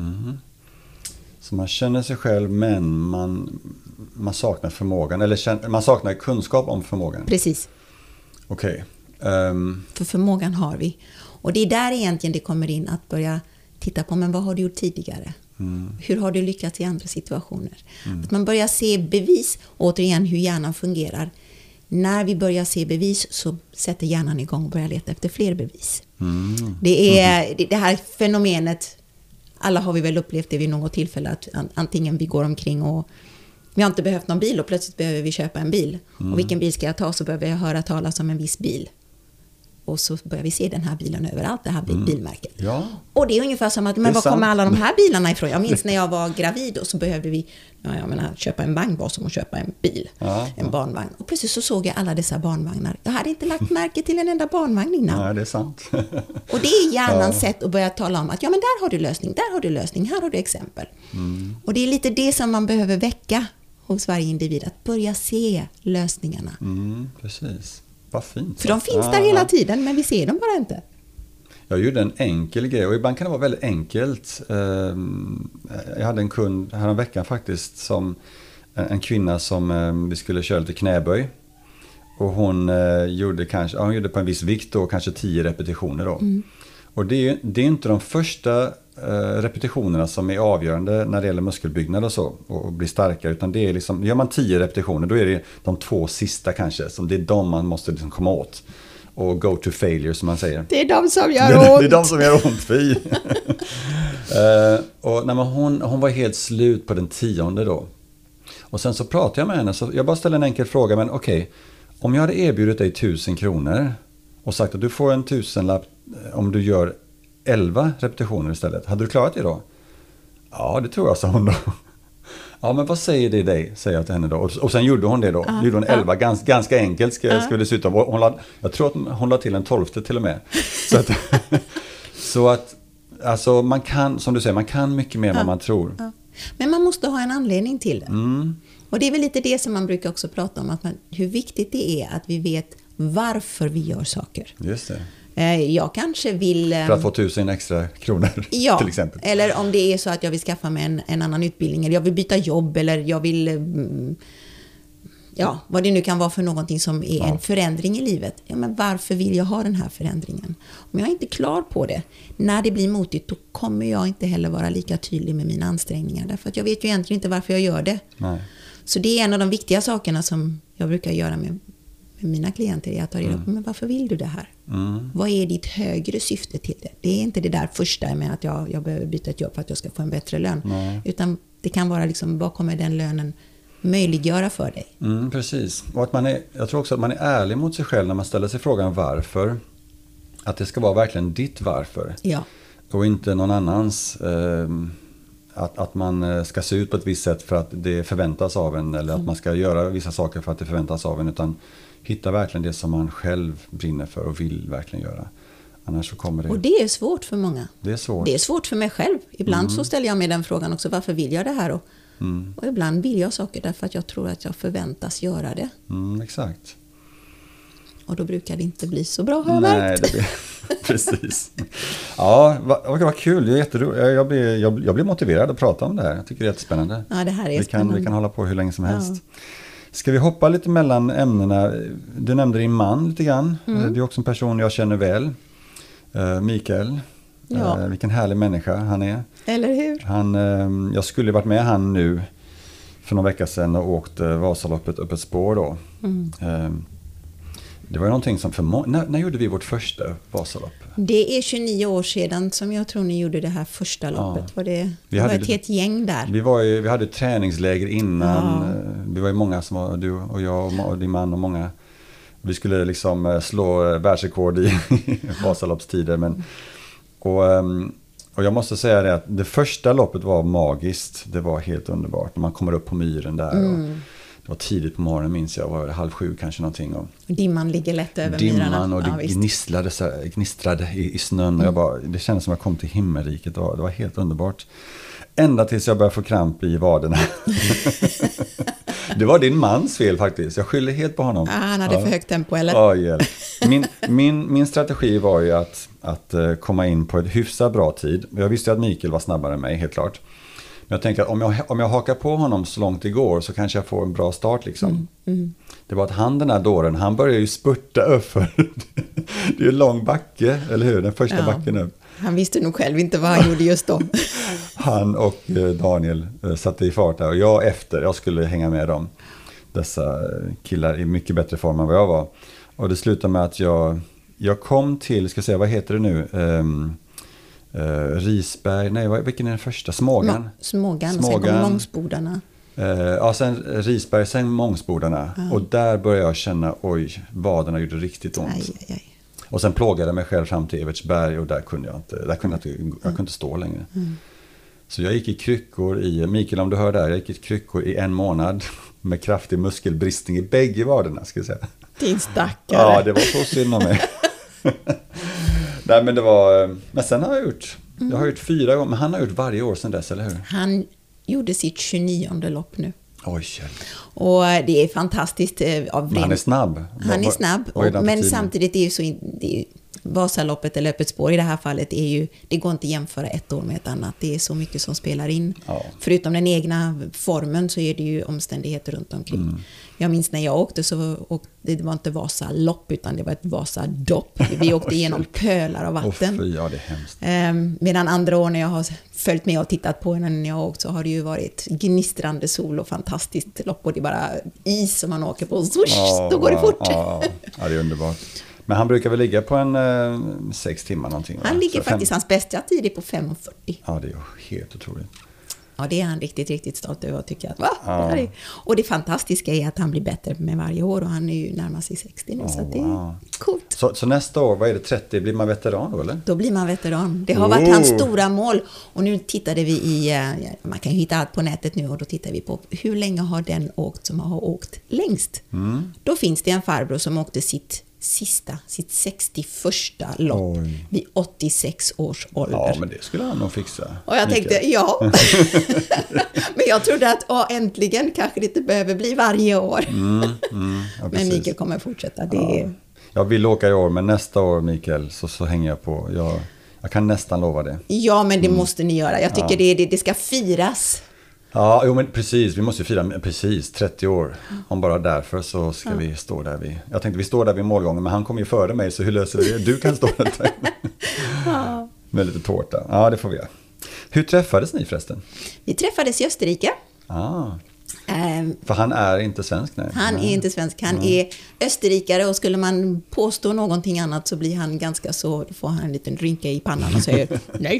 Så man känner sig själv, men man saknar förmågan, eller man saknar kunskap om förmågan. Precis. Okej. För förmågan har vi. Och det är där egentligen det kommer in, att börja titta på, men vad har du gjort tidigare? Hur har du lyckats i andra situationer? Att man börjar se bevis, återigen hur hjärnan fungerar. När vi börjar se bevis så sätter hjärnan igång och börjar leta efter fler bevis. Det är det här fenomenet, alla har vi väl upplevt det vid något tillfälle, att antingen vi går omkring och vi har inte behövt någon bil och plötsligt behöver vi köpa en bil. Och vilken bil ska jag ta, så behöver jag höra talas om en viss bil. Och så börjar vi se den här bilen överallt, det här bilmärket. Ja. Och det är ungefär som att, men var kommer alla de här bilarna ifrån? Jag minns när jag var gravid och så behövde vi köpa en vagn, var som att köpa en bil, en barnvagn. Och precis så såg jag alla dessa barnvagnar. Jag hade inte lagt märke till en enda barnvagn innan. Nej, det är sant. Och det är hjärnans sätt att börja tala om att men där har du lösning, här har du exempel. Och det är lite det som man behöver väcka hos varje individ, att börja se lösningarna. Precis. Vad fint. För de finns där hela tiden, men vi ser dem bara inte. Jag gjorde en enkel grej, och ibland kan det vara väldigt enkelt. Jag hade en kund här en vecka faktiskt, som en kvinna som vi skulle köra lite knäböj. Och hon gjorde på en viss vikt då, kanske 10 repetitioner då. Och det är inte de första repetitionerna som är avgörande när det gäller muskelbyggnad och så, och bli starkare, utan det är liksom, gör man 10 repetitioner, då är det de 2 sista kanske, som det är de man måste liksom komma åt och go to failure, som man säger. Det är de som gör ont. Det är de som gör ont, fy. Och när hon var helt slut på den 10:e då, och sen så pratade jag med henne, så jag bara ställde en enkel fråga, men okej, om jag hade erbjudit dig 1000 kronor och sagt att du får en 1000-lapp om du gör 11 repetitioner istället, hade du klarat det då? Ja, det tror jag, sa hon då. Ja, men vad säger det dig, säger jag till henne då. Och sen gjorde hon det då. Gjorde hon 11, ganska enkelt skulle det dessutom. Jag tror att hon la till en 12:e till och med. Så att alltså man kan, som du säger, man kan mycket mer än vad man tror. Men man måste ha en anledning till det. Och det är väl lite det som man brukar också prata om, att hur viktigt det är att vi vet varför vi gör saker. Just det. Jag kanske vill... För att få 1000 extra kronor till exempel. Eller om det är så att jag vill skaffa mig en annan utbildning, eller jag vill byta jobb, eller jag vill... vad det nu kan vara för någonting som är en förändring i livet. Ja, men varför vill jag ha den här förändringen? Om jag är inte klar på det, när det blir motigt, då kommer jag inte heller vara lika tydlig med mina ansträngningar. Därför att jag vet ju egentligen inte varför jag gör det. Nej. Så det är en av de viktiga sakerna som jag brukar göra med mina klienter, är att ta reda på, men varför vill du det här? Vad är ditt högre syfte till det? Det är inte det där första med att jag behöver byta ett jobb för att jag ska få en bättre lön. Nej. Utan det kan vara liksom, vad kommer den lönen möjliggöra för dig? Precis. Och att jag tror också att man är ärlig mot sig själv när man ställer sig frågan varför. Att det ska vara verkligen ditt varför. Ja. Och inte någon annans. Att man ska se ut på ett visst sätt för att det förväntas av en. Eller att man ska göra vissa saker för att det förväntas av en. Utan hitta verkligen det som man själv brinner för och vill verkligen göra. Annars så kommer det... Och det är svårt för många. Det är svårt. Det är svårt för mig själv. Ibland så ställer jag mig den frågan också. Varför vill jag det här? Och ibland vill jag saker därför att jag tror att jag förväntas göra det. Exakt. Och då brukar det inte bli så bra, har jag märkt. Nej, det blir... Precis. Ja, vad kul. Det är jätteroligt. Jag blir motiverad att prata om det här. Jag tycker det är jättespännande. Ja, det här är spännande. Vi kan hålla på hur länge som helst. Ska vi hoppa lite mellan ämnena? Du nämnde din man lite grann. Det är också en person jag känner väl. Mikael. Ja. Vilken härlig människa han är. Eller hur? Jag skulle varit med han nu för några veckor sedan och åkte Vasaloppet upp ett spår då. Det var ju någonting som när gjorde vi vårt första Vasalopp? Det är 29 år sedan som jag tror ni gjorde det här första loppet. Ja. Det var ett helt gäng där. Vi hade träningsläger innan. Ja. Vi var ju många som var, du och jag och din man och många. Vi skulle liksom slå världsrekord i Vasaloppstider. Och jag måste säga det att det första loppet var magiskt. Det var helt underbart. När man kommer upp på myren där. Det var tidigt på morgonen, minns jag. Var 6:30 kanske någonting. Och dimman ligger lätt över myrarna. Dimman och det gnistrade i snön. Och det kändes som att jag kom till himmelriket. Det var helt underbart. Ända tills jag började få kramp i vaderna. Det var din mans fel faktiskt. Jag skyller helt på honom. Han hade för högt tempo, eller? Ja, hjälp. Min strategi var ju att komma in på ett hyfsat bra tid. Jag visste att Mikael var snabbare än mig, helt klart. Men jag tänker att om jag hakar på honom så långt det går så kanske jag får en bra start liksom. Det var att den här dåren, han började ju spurta upp för det är en lång backe, eller hur? Den första backen upp. Han visste nog själv inte vad han gjorde just då. Han och Daniel satte i fart där och jag skulle hänga med dem. Dessa killar i mycket bättre form än vad jag var. Och det slutade med att jag kom till, ska jag säga, vad heter det nu? Risberg, nej, vilken är den första? Smågan. Smågan, sen kom Mångsbodarna. Sen Risberg, sen Mångsbodarna. Och där började jag känna, oj, vaderna gjorde riktigt ont. Aj. Och sen plågade jag mig själv fram till Evertsberg och där kunde jag kunde stå längre. Så jag gick i kryckor Mikael, om du hör där, jag gick i kryckor i 1 månad med kraftig muskelbristning i bägge vaderna, ska jag säga. Din stackare. Ja, det var så synd om mig. Nej, men men sen har jag har gjort 4 gånger, men han har gjort varje år sedan dess, eller hur? Han gjorde sitt 29:e lopp nu. Oj. Och det är fantastiskt. Han är snabb. Han är snabb, men samtidigt är ju så... Vasaloppet eller öppet spår i det här fallet är ju, det går inte att jämföra ett år med ett annat. Det är så mycket som spelar in. Ja. Förutom den egna formen så är det ju omständigheter runt omkring. Jag minns när jag åkte det var inte Vasalopp utan det var ett Vasadopp. Vi åkte igenom pölar av vatten. Ja, det är hemskt. Medan andra år när jag har följt med och tittat på när jag åkt så har det ju varit gnistrande sol och fantastiskt lopp och det är bara is som man åker på. Då går det fort. Ja, det är underbart. Men han brukar väl ligga på en 6 timmar någonting? Han ligger faktiskt, hans bästa tid är på 5:40. Ja, det är ju helt otroligt. Ja, det är han riktigt, riktigt stolt över och tycker att och det fantastiska är att han blir bättre med varje år och han är ju närmare sig 60 nu så att det är coolt. Så nästa år, vad är det, 30, blir man veteran då eller? Då blir man veteran. Det har varit hans stora mål och nu tittade vi man kan ju hitta allt på nätet nu och då tittar vi på hur länge har den åkt som har åkt längst. Då finns det en farbror som åkte sitt 61:a lopp vid 86 års ålder. Ja, men det skulle han nog fixa. Och jag tänkte, men jag trodde att äntligen kanske det inte behöver bli varje år. Ja, men Mikael kommer fortsätta. Jag vill åka i år, men nästa år, Mikael, så hänger jag på. Jag kan nästan lova det. Ja, men det måste ni göra. Jag tycker det ska firas. Ja, men precis. Vi måste fira 30 år. Om bara därför så ska vi stå där jag tänkte vi står där vid målgången, men han kommer ju före mig så hur löser vi det? Du kan stå där. Med lite tårta. Ja, det får vi göra. Hur träffades ni förresten? Vi träffades i Österrike. För han är inte svensk, nej. Han är inte svensk, han är österrikare och skulle man påstå någonting annat så blir han ganska så, då får han en liten rynka i pannan och säger nej.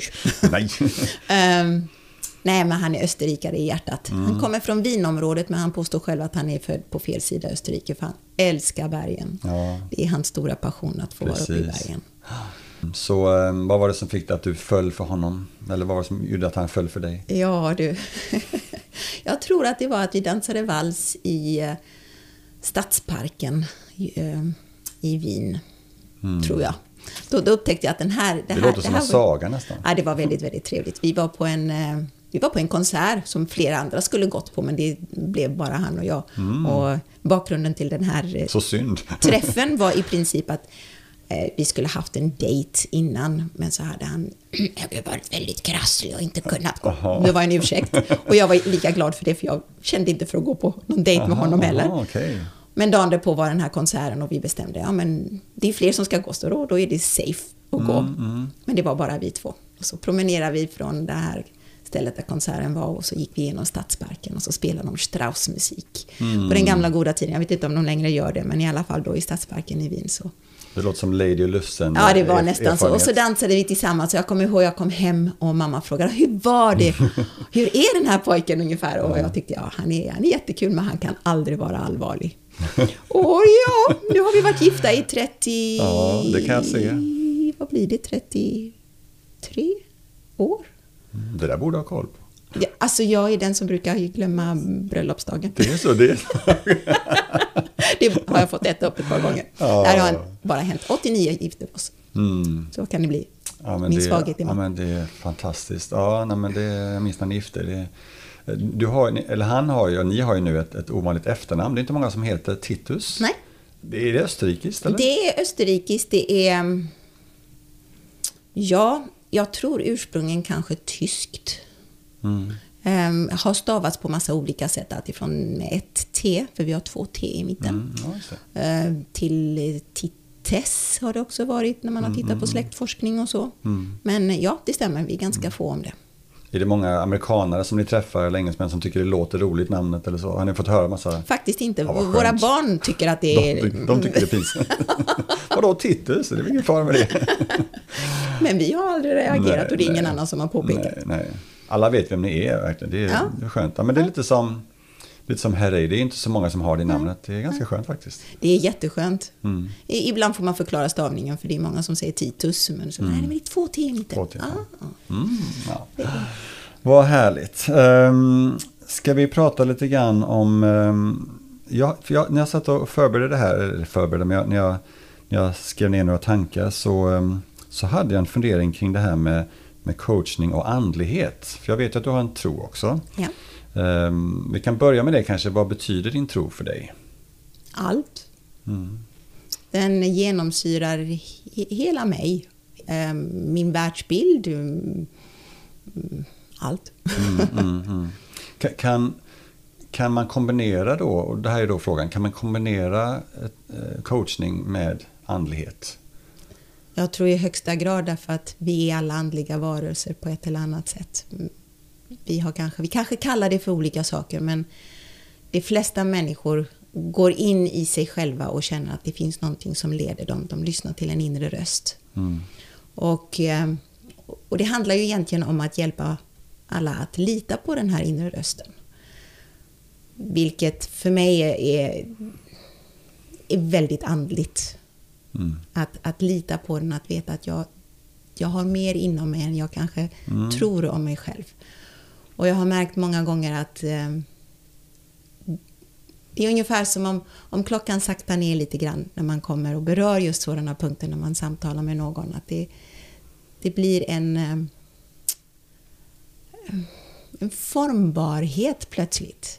Nej, men han är österrikare i hjärtat. Han kommer från Wienområdet, men han påstår själv att han är född på fel sida Österrike, för han älskar bergen. Ja. Det är hans stora passion att få vara uppe i bergen. Så vad var det som fick dig att du föll för honom? Eller vad var det som gjorde att han föll för dig? Ja, du. Jag tror att det var att vi dansade vals i Stadsparken i Wien, tror jag. Då upptäckte jag att det låter som en saga nästan. Ja, det var väldigt, väldigt trevligt. Vi var på en konsert som flera andra skulle gått på, men det blev bara han och jag. Och bakgrunden till den här så synd. träffen var i princip att Vi skulle haft en dejt innan, men så hade han varit väldigt krasslig och inte kunnat gå. Det var en ursäkt. Och jag var lika glad för det, för jag kände inte för att gå på någon dejt med honom heller. Okay. Men dagen därpå var den här konserten och vi bestämde, men det är fler som ska gå, så då är det safe att gå. Men det var bara vi två. Och så promenerade vi från det här stället där konserten var, och så gick vi igenom Stadsparken och så spelade de Strauss-musik. På den gamla goda tiden, jag vet inte om de längre gör det, men i alla fall då i Stadsparken i Wien så. Det låter som Lady och Lufsen. Ja, det var nästan så. Och så dansade vi tillsammans. Så jag kommer ihåg, jag kom hem och mamma frågade, hur var det? Hur är den här pojken ungefär? Och jag tyckte, han är jättekul, men han kan aldrig vara allvarlig. Och ja, nu har vi varit gifta i 30... Ja, det kan jag se. Vad blir det? 33 år? Det där borde jag ha koll på. Ja, alltså jag är den som brukar glömma bröllopsdagen. Det är så, det. Det har jag fått äta upp ett par gånger. Ja. Det här har bara hänt. 89 gifte oss. Så kan det bli. Ja, min svaghet ja, men det är fantastiskt. Ja, nej, men jag minns när ni gifte er. Du har, eller han har ju, och ni har ju nu ett ovanligt efternamn. Det är inte många som heter Titus. Nej. Är det österrikiskt, eller? Det är österrikiskt. Det är... Ja, jag tror ursprungligen kanske tyskt. Har stavats på massa olika sätt, alltifrån ett T, för vi har 2 T i mitten, till Tites har det också varit när man har tittat på släktforskning och så. Men ja, det stämmer, vi är ganska få om det. Är det många amerikanare som ni träffar eller engelsmän som tycker det låter roligt namnet eller så? Har ni fått höra massa? Faktiskt inte. Våra barn tycker att det är... De tycker det är pinsamt. Vadå Titus? Det är ingen fara med det. Men vi har aldrig reagerat och det är ingen annan som har påpekat. Nej. Alla vet vem ni är verkligen. Det är skönt. Ja, men det är lite som Herrey. Det är inte så många som har det namnet. Det är ganska skönt faktiskt. Det är jätteskönt. Ibland får man förklara stavningen, för det är många som säger Titus, men så nej, det är 2 T i mitten. Ja. Vad härligt. Ska vi prata lite grann om... när jag satt och när jag skrev ner några tankar så hade jag en fundering kring det här med coachning och andlighet. För jag vet att du har en tro också. Ja. Vi kan börja med det kanske. Vad betyder din tro för dig? Allt. Den genomsyrar hela mig. Min världsbild. Allt. Kan man kombinera då, och det här är då frågan, kan man kombinera coachning med andlighet? Jag tror i högsta grad, därför att vi är alla andliga varelser på ett eller annat sätt. Vi kanske kallar det för olika saker, men de flesta människor går in i sig själva och känner att det finns någonting som leder dem. De lyssnar till en inre röst. Och det handlar ju egentligen om att hjälpa alla att lita på den här inre rösten. Vilket för mig är väldigt andligt. Att lita på den, att veta att jag har mer inom mig än jag kanske tror om mig själv. Och jag har märkt många gånger att det är ungefär som om klockan saktar ner lite grann när man kommer och berör just sådana punkter när man samtalar med någon. Att det blir en formbarhet plötsligt.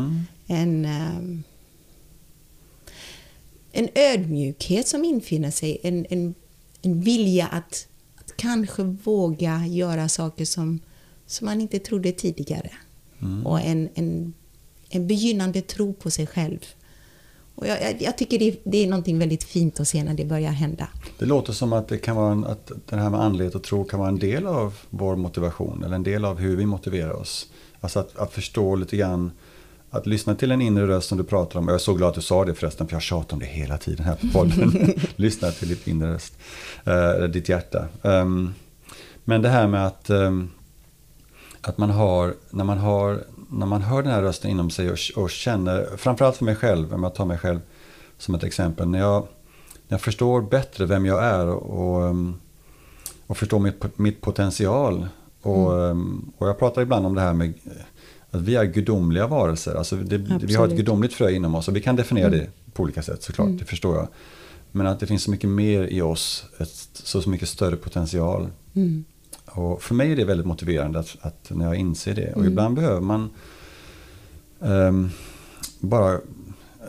En ödmjukhet som infinner sig. En vilja att kanske våga göra saker som man inte trodde tidigare. Och en begynnande tro på sig själv. Och jag tycker det är någonting väldigt fint att se när det börjar hända. Det låter som att det kan vara att det här med andlighet och tro kan vara en del av vår motivation, eller en del av hur vi motiverar oss. Alltså att förstå lite grann, att lyssna till en inre röst som du pratar om. Jag är så glad att du sa det förresten, för jag tjatar om det hela tiden här på podden. Lyssna till ditt inre röst, ditt hjärta. Men det här med att man har, när man hör den här rösten inom sig och känner, framförallt för mig själv, om jag tar mig själv som ett exempel, när jag förstår bättre vem jag är och förstår mitt potential, och jag pratar ibland om det här med att vi är gudomliga varelser, alltså vi har ett gudomligt frö inom oss, och vi kan definiera det på olika sätt såklart, det förstår jag, men att det finns så mycket mer i oss, så mycket större potential. Och för mig är det väldigt motiverande att när jag inser det. Och ibland behöver man bara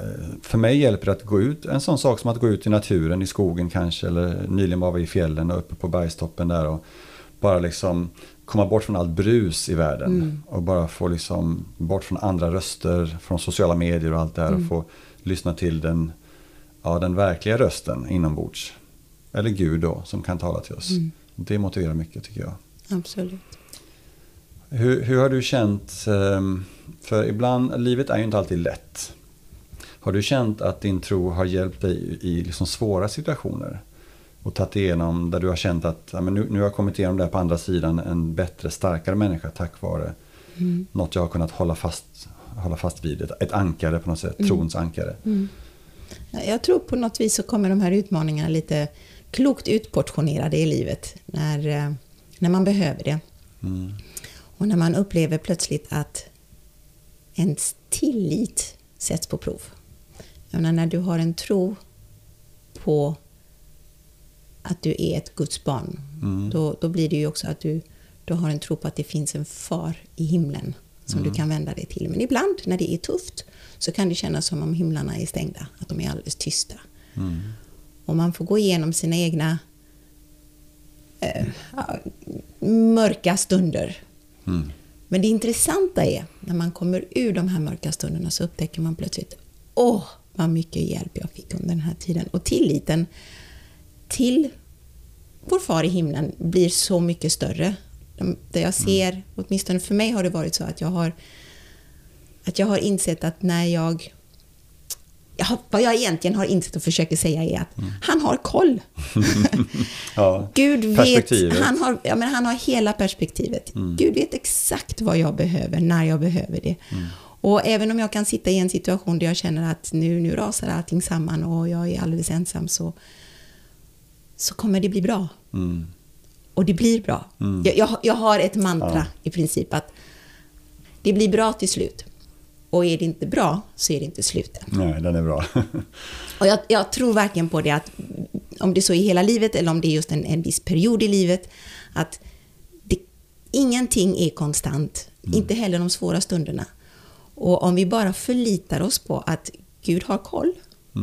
för mig hjälper det att gå ut, en sån sak som att gå ut i naturen, i skogen kanske, eller nyligen var vi i fjällen och uppe på bergstoppen där och bara liksom komma bort från allt brus i världen och bara få liksom bort från andra röster, från sociala medier och allt det här och få lyssna till den verkliga rösten inombords. Eller Gud då, som kan tala till oss. Det motiverar mycket tycker jag. Absolut. Hur har du känt, för ibland, livet är ju inte alltid lätt. Har du känt att din tro har hjälpt dig i liksom svåra situationer? Och tagit igenom där du har känt att nu har jag kommit igenom det på andra sidan en bättre, starkare människa tack vare något jag har kunnat hålla fast vid. Ett ankare på något sätt, trons ankare. Jag tror på något vis så kommer de här utmaningarna lite klokt utportionerade i livet när man behöver det. Och när man upplever plötsligt att ens tillit sätts på prov. Jag menar, när du har en tro på att du är ett Guds barn, då blir det ju också att du har en tro på att det finns en far i himlen som du kan vända dig till. Men ibland när det är tufft så kan det kännas som om himlarna är stängda, att de är alldeles tysta. Och man får gå igenom sina egna mörka stunder. Men det intressanta är, när man kommer ur de här mörka stunderna så upptäcker man plötsligt, vad mycket hjälp jag fick under den här tiden. Och tilliten till vår far i himlen blir så mycket större. Där jag ser, åtminstone för mig har det varit så att jag har insett att när vad jag egentligen har insett och försöker säga är att han har koll. Gud vet, han har hela perspektivet. Gud vet exakt vad jag behöver, när jag behöver det. Och även om jag kan sitta i en situation där jag känner att nu rasar allting samman och jag är alldeles ensam, så kommer det bli bra. Och det blir bra. Jag har ett mantra i princip att det blir bra till slut. Och är det inte bra så är det inte slut. Nej, den är bra. Och jag tror verkligen på det, att om det så är hela livet eller om det är just en viss period i livet, att ingenting är konstant. Inte heller de svåra stunderna. Och om vi bara förlitar oss på att Gud har koll,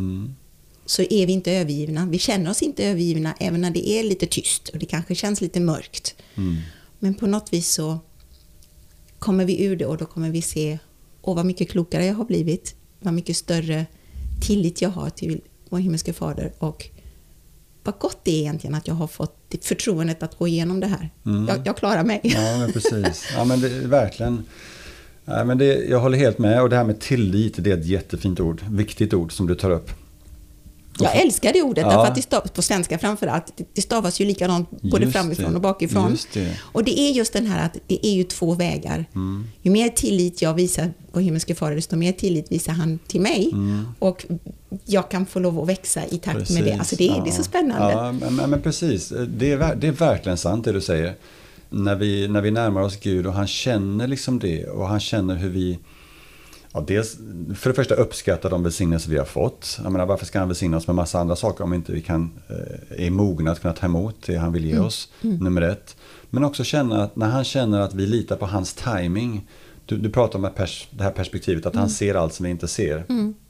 så är vi inte övergivna. Vi känner oss inte övergivna även när det är lite tyst och det kanske känns lite mörkt. Men på något vis så kommer vi ur det och då kommer vi se vad mycket klokare jag har blivit, vad mycket större tillit jag har till vår himmelske fader och vad gott det är egentligen att jag har fått förtroendet att gå igenom det här. Jag klarar mig. Ja, men precis. Ja, men det är verkligen... Ja, men jag håller helt med, och det här med tillit, det är ett jättefint ord, viktigt ord som du tar upp. Jag älskar det ordet, därför att det stavas på svenska framförallt. Det stavas ju likadant både framifrån och bakifrån. Och det är just den här att det är ju två vägar. Ju mer tillit jag visar på himmelske fader, desto mer tillit visar han till mig. Och jag kan få lov att växa i takt med det. Alltså det är så spännande. Ja, men precis. Det är verkligen sant det du säger. När vi närmar oss Gud och han känner liksom det, och han känner hur vi... Ja, dels för det första uppskatta de välsignelser vi har fått. Jag menar, varför ska han välsigna oss med massa andra saker om inte vi är mogna att kunna ta emot det han vill ge oss, nummer ett. Men också känna att när han känner att vi litar på hans timing. Du pratar om det här perspektivet att han ser allt som vi inte ser.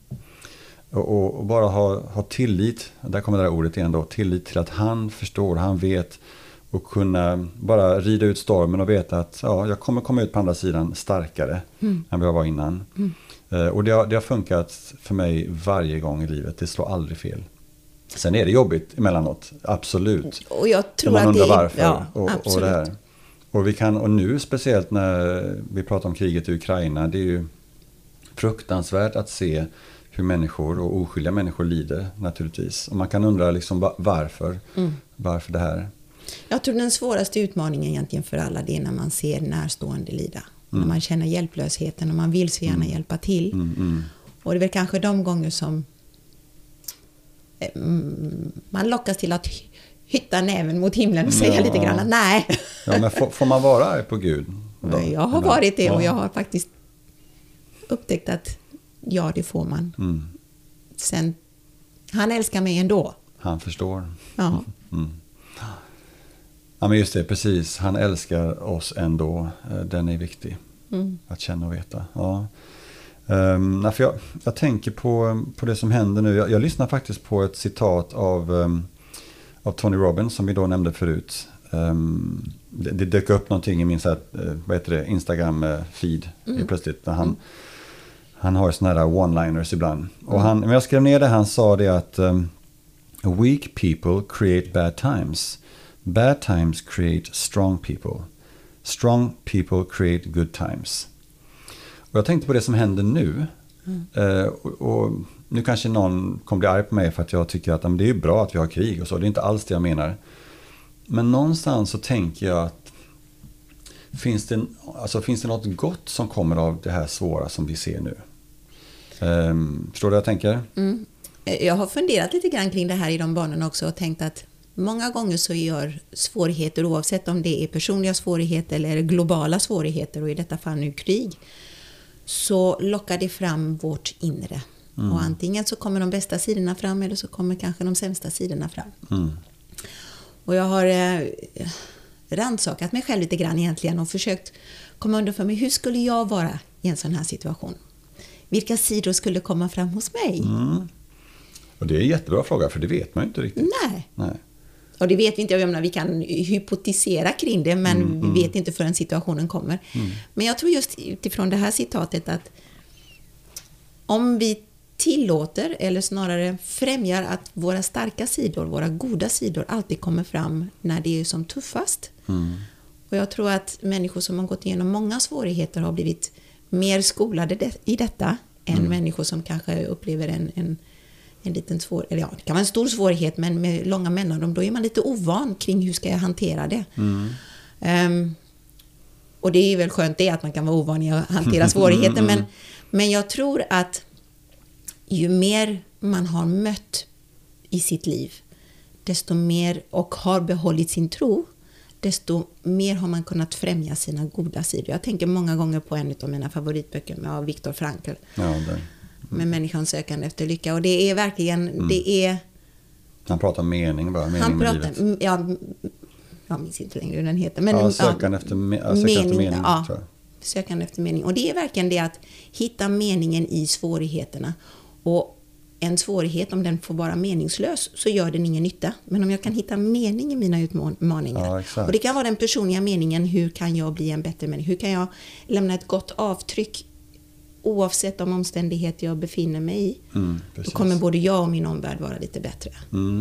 Och bara ha tillit, där kommer det där ordet igen då, tillit till att han förstår, han vet, och kunna bara rida ut stormen och veta att jag kommer komma ut på andra sidan starkare än vad jag var innan. Och det har funkat för mig varje gång i livet. Det slår aldrig fel. Sen är det jobbigt emellanåt, absolut. Och jag tror man att undrar det är... varför. Ja, och det här. Och nu speciellt när vi pratar om kriget i Ukraina, det är ju fruktansvärt att se hur människor och oskyldiga människor lider naturligtvis. Och man kan undra liksom varför det här. Jag tror den svåraste utmaningen egentligen för alla, det är när man ser närstående lida. När man känner hjälplösheten och man vill så gärna hjälpa till. Och det är väl kanske de gånger som man lockas till att hytta näven mot himlen och säga lite grann nej. Ja, men får man vara arg på Gud? Då? Jag har varit det, och jag har faktiskt upptäckt att det får man. Sen, han älskar mig ändå. Han förstår. Ja. Ja, men just det, precis. Han älskar oss ändå. Den är viktig att känna och veta. Ja. För jag tänker på det som händer nu. Jag lyssnar faktiskt på ett citat av Tony Robbins som vi då nämnde förut. Det dök upp någonting i min Instagram-feed plötsligt. Han har såna här one-liners ibland. Och men jag skrev ner det, han sa det att weak people create bad times. Bad times create strong people. Strong people create good times. Och jag tänkte på det som händer nu. Och nu kanske någon kommer bli arg på mig för att jag tycker att det är bra att vi har krig och så. Det är inte alls det jag menar. Men någonstans så tänker jag att finns det något gott som kommer av det här svåra som vi ser nu? Förstår du vad jag tänker? Jag har funderat lite grann kring det här i de banorna också och tänkt att många gånger så gör svårigheter, oavsett om det är personliga svårigheter eller globala svårigheter, och i detta fall nu krig, så lockar det fram vårt inre. Och antingen så kommer de bästa sidorna fram eller så kommer kanske de sämsta sidorna fram. Och jag har rannsakat mig själv lite grann egentligen och försökt komma under för mig, hur skulle jag vara i en sån här situation? Vilka sidor skulle komma fram hos mig? Och det är en jättebra fråga, för det vet man ju inte riktigt. Nej. Och det vet vi inte, jag menar, vi kan hypotisera kring det, men vi vet inte förrän situationen kommer. Men jag tror just utifrån det här citatet att om vi tillåter, eller snarare främjar, att våra starka sidor, våra goda sidor alltid kommer fram när det är som tuffast. Och jag tror att människor som har gått igenom många svårigheter har blivit mer skolade i detta än människor som kanske upplever en liten svårighet, eller det kan vara en stor svårighet, men med långa mellanrum, då är man lite ovan kring hur ska jag hantera det. Och det är väl skönt det att man kan vara ovan i att hantera svårigheter, men jag tror att ju mer man har mött i sitt liv, desto mer, och har behållit sin tro, desto mer har man kunnat främja sina goda sidor. Jag tänker många gånger på en av mina favoritböcker av Viktor Frankl. Med människans sökande efter lycka. Och det är verkligen, det är... Han pratar om mening, bara mening med livet. Jag minns inte längre hur den heter. Men, sökande efter mening, tror jag. Sökande efter mening. Och det är verkligen det att hitta meningen i svårigheterna. Och en svårighet, om den får vara meningslös, så gör den ingen nytta. Men om jag kan hitta mening i mina utmaningar. Och det kan vara den personliga meningen, hur kan jag bli en bättre människa? Hur kan jag lämna ett gott avtryck oavsett de omständigheter jag befinner mig i? Då kommer både jag och min omvärld vara lite bättre.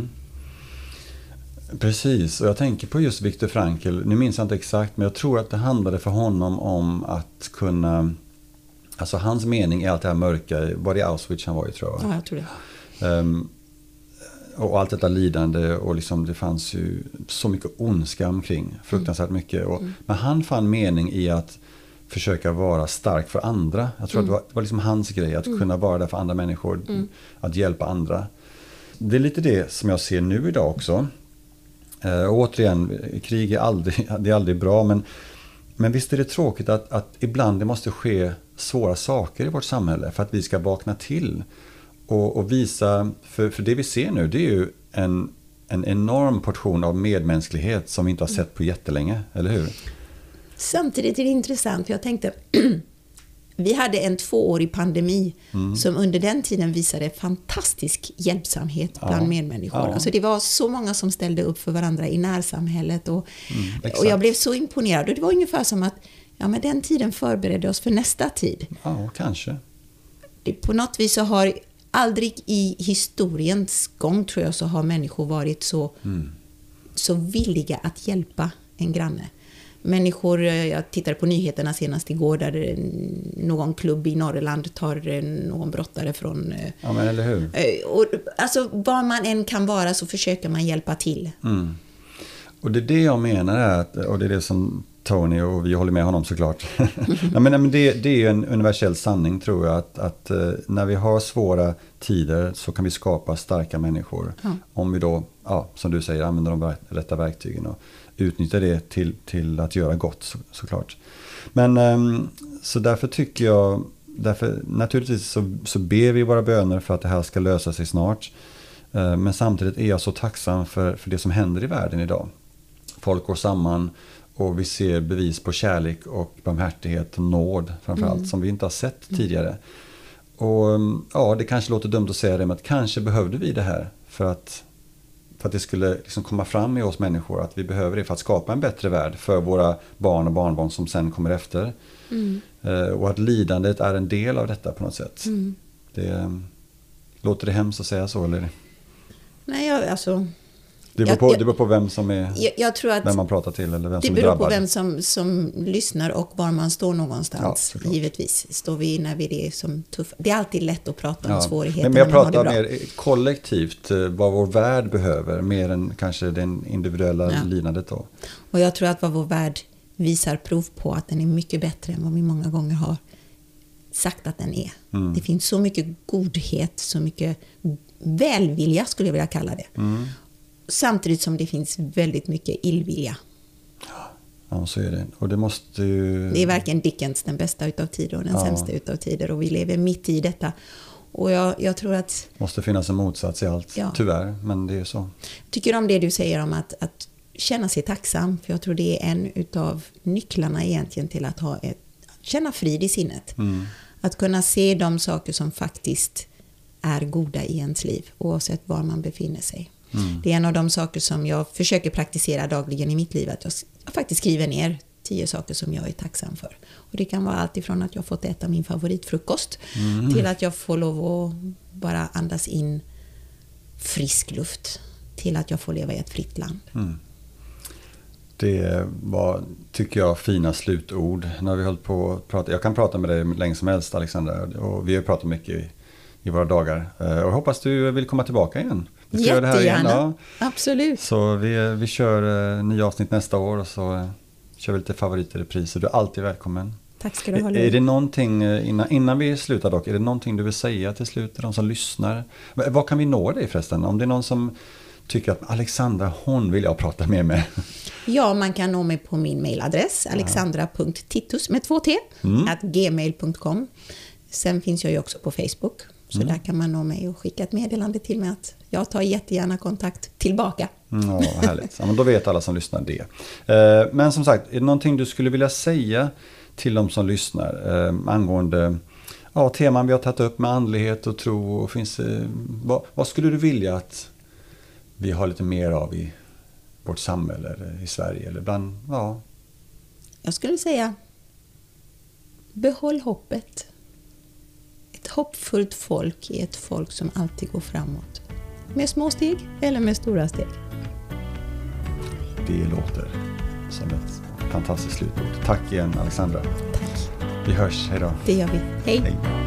Precis, och jag tänker på just Viktor Frankl. Nu minns jag inte exakt, men jag tror att det handlade för honom om att kunna... Alltså hans mening är allt det här mörka. Var det Auschwitz han var i, tror jag? Ja, jag tror det. Och allt detta lidande, och liksom det fanns ju så mycket ondska omkring. Fruktansvärt mycket. Men han fann mening i att försöka vara stark för andra. Jag tror att det var liksom hans grej, att kunna vara där för andra människor. Att hjälpa andra. Det är lite det som jag ser nu idag också. Och återigen, krig är aldrig bra, men visst är det tråkigt att ibland det måste ske svåra saker i vårt samhälle för att vi ska vakna till och visa, för det vi ser nu, det är ju en enorm portion av medmänsklighet som vi inte har sett på jättelänge, eller hur? Samtidigt är det intressant, för jag tänkte vi hade en 2-årig pandemi som under den tiden visade fantastisk hjälpsamhet bland medmänniskor. Ja. Alltså det var så många som ställde upp för varandra i närsamhället och jag blev så imponerad. Och det var ungefär som att men den tiden förberedde oss för nästa tid. Ja, kanske. På något vis så har aldrig i historiens gång, tror jag, så har människor varit så villiga att hjälpa en granne. Människor, jag tittade på nyheterna senast igår där någon klubb i Norrland tar någon brottare från... Ja, men eller hur? Och, alltså, var man än kan vara så försöker man hjälpa till. Och det är det jag menar är och det är det som Tony, och vi håller med honom såklart. men det är ju en universell sanning, tror jag, att när vi har svåra tider så kan vi skapa starka människor. Om vi då, som du säger, använder de rätta verktygen och utnyttjar det till att göra gott, såklart. Men så därför tycker jag, naturligtvis så ber vi våra böner för att det här ska lösa sig snart. Men samtidigt är jag så tacksam för det som händer i världen idag. Folk går samman och vi ser bevis på kärlek och barmhärtighet och nåd framförallt, som vi inte har sett tidigare. Och ja, det kanske låter dumt att säga det, men att kanske behövde vi det här för att det skulle liksom komma fram i oss människor, att vi behöver det för att skapa en bättre värld för våra barn och barnbarn som sen kommer efter. Och att lidandet är en del av detta på något sätt. Låter det hemskt att säga så, eller? Nej, alltså... Det beror på vem som är, jag tror att vem man pratar till eller vem som är drabbad. drabbad. Det beror på vem som lyssnar och var man står någonstans. Ja, givetvis står vi när vi är som tuffa. Det är alltid lätt att prata om svårigheter. Men jag pratar mer kollektivt, vad vår värld behöver, mer än kanske den individuella lidandet då. Och jag tror att vad vår värld visar prov på, att den är mycket bättre än vad vi många gånger har sagt att den är. Det finns så mycket godhet, så mycket välvilja skulle jag vilja kalla det. Samtidigt som det finns väldigt mycket illvilja. Ja, så är det. Och det måste ju... Det är verkligen Dickens, den bästa utav tider och den sämsta utav tider. Och vi lever mitt i detta. Och jag tror att... måste finnas en motsats i allt, tyvärr. Men det är så. Jag tycker om det du säger om att känna sig tacksam. För jag tror det är en utav nycklarna egentligen till att känna frid i sinnet. Att kunna se de saker som faktiskt är goda i ens liv. Oavsett var man befinner sig. Det är en av de saker som jag försöker praktisera dagligen i mitt liv. Att jag faktiskt skriver ner 10 saker som jag är tacksam för. Och det kan vara allt ifrån att jag fått äta min favoritfrukost till att jag får lov att bara andas in frisk luft, till att jag får leva i ett fritt land. Det var, tycker jag, fina slutord. När vi höll på att prata. Jag kan prata med dig länge som helst, Alexandra. Och vi har pratat mycket i våra dagar. Och jag hoppas du vill komma tillbaka igen. Vi ska göra det här igen. Ja. Absolut. Så vi kör nya avsnitt nästa år, och så kör vi lite favoriter i pris. Du är alltid välkommen. Tack ska du ha. Är det någonting, innan vi slutar dock, är det någonting du vill säga till slut till de som lyssnar? Vad kan vi nå dig förresten? Om det är någon som tycker att Alexandra, hon vill jag prata mer med. Ja, man kan nå mig på min mailadress alexandra.tittus med 2 t @gmail.com. Sen finns jag ju också på Facebook. Så där kan man nå mig och skicka ett meddelande till mig att jag tar jättegärna kontakt tillbaka. Ja, härligt. Ja, men då vet alla som lyssnar det. Men som sagt, är det någonting du skulle vilja säga till de som lyssnar angående teman vi har tagit upp med andlighet och tro? Och vad skulle du vilja att vi har lite mer av i vårt samhälle eller i Sverige? Eller bland, Jag skulle säga, behåll hoppet. Ett hoppfullt folk är ett folk som alltid går framåt. Med små steg eller med stora steg. Det låter som ett fantastiskt slutord. Tack igen, Alexandra. Tack. Vi hörs, hej då. Det gör vi. Hej.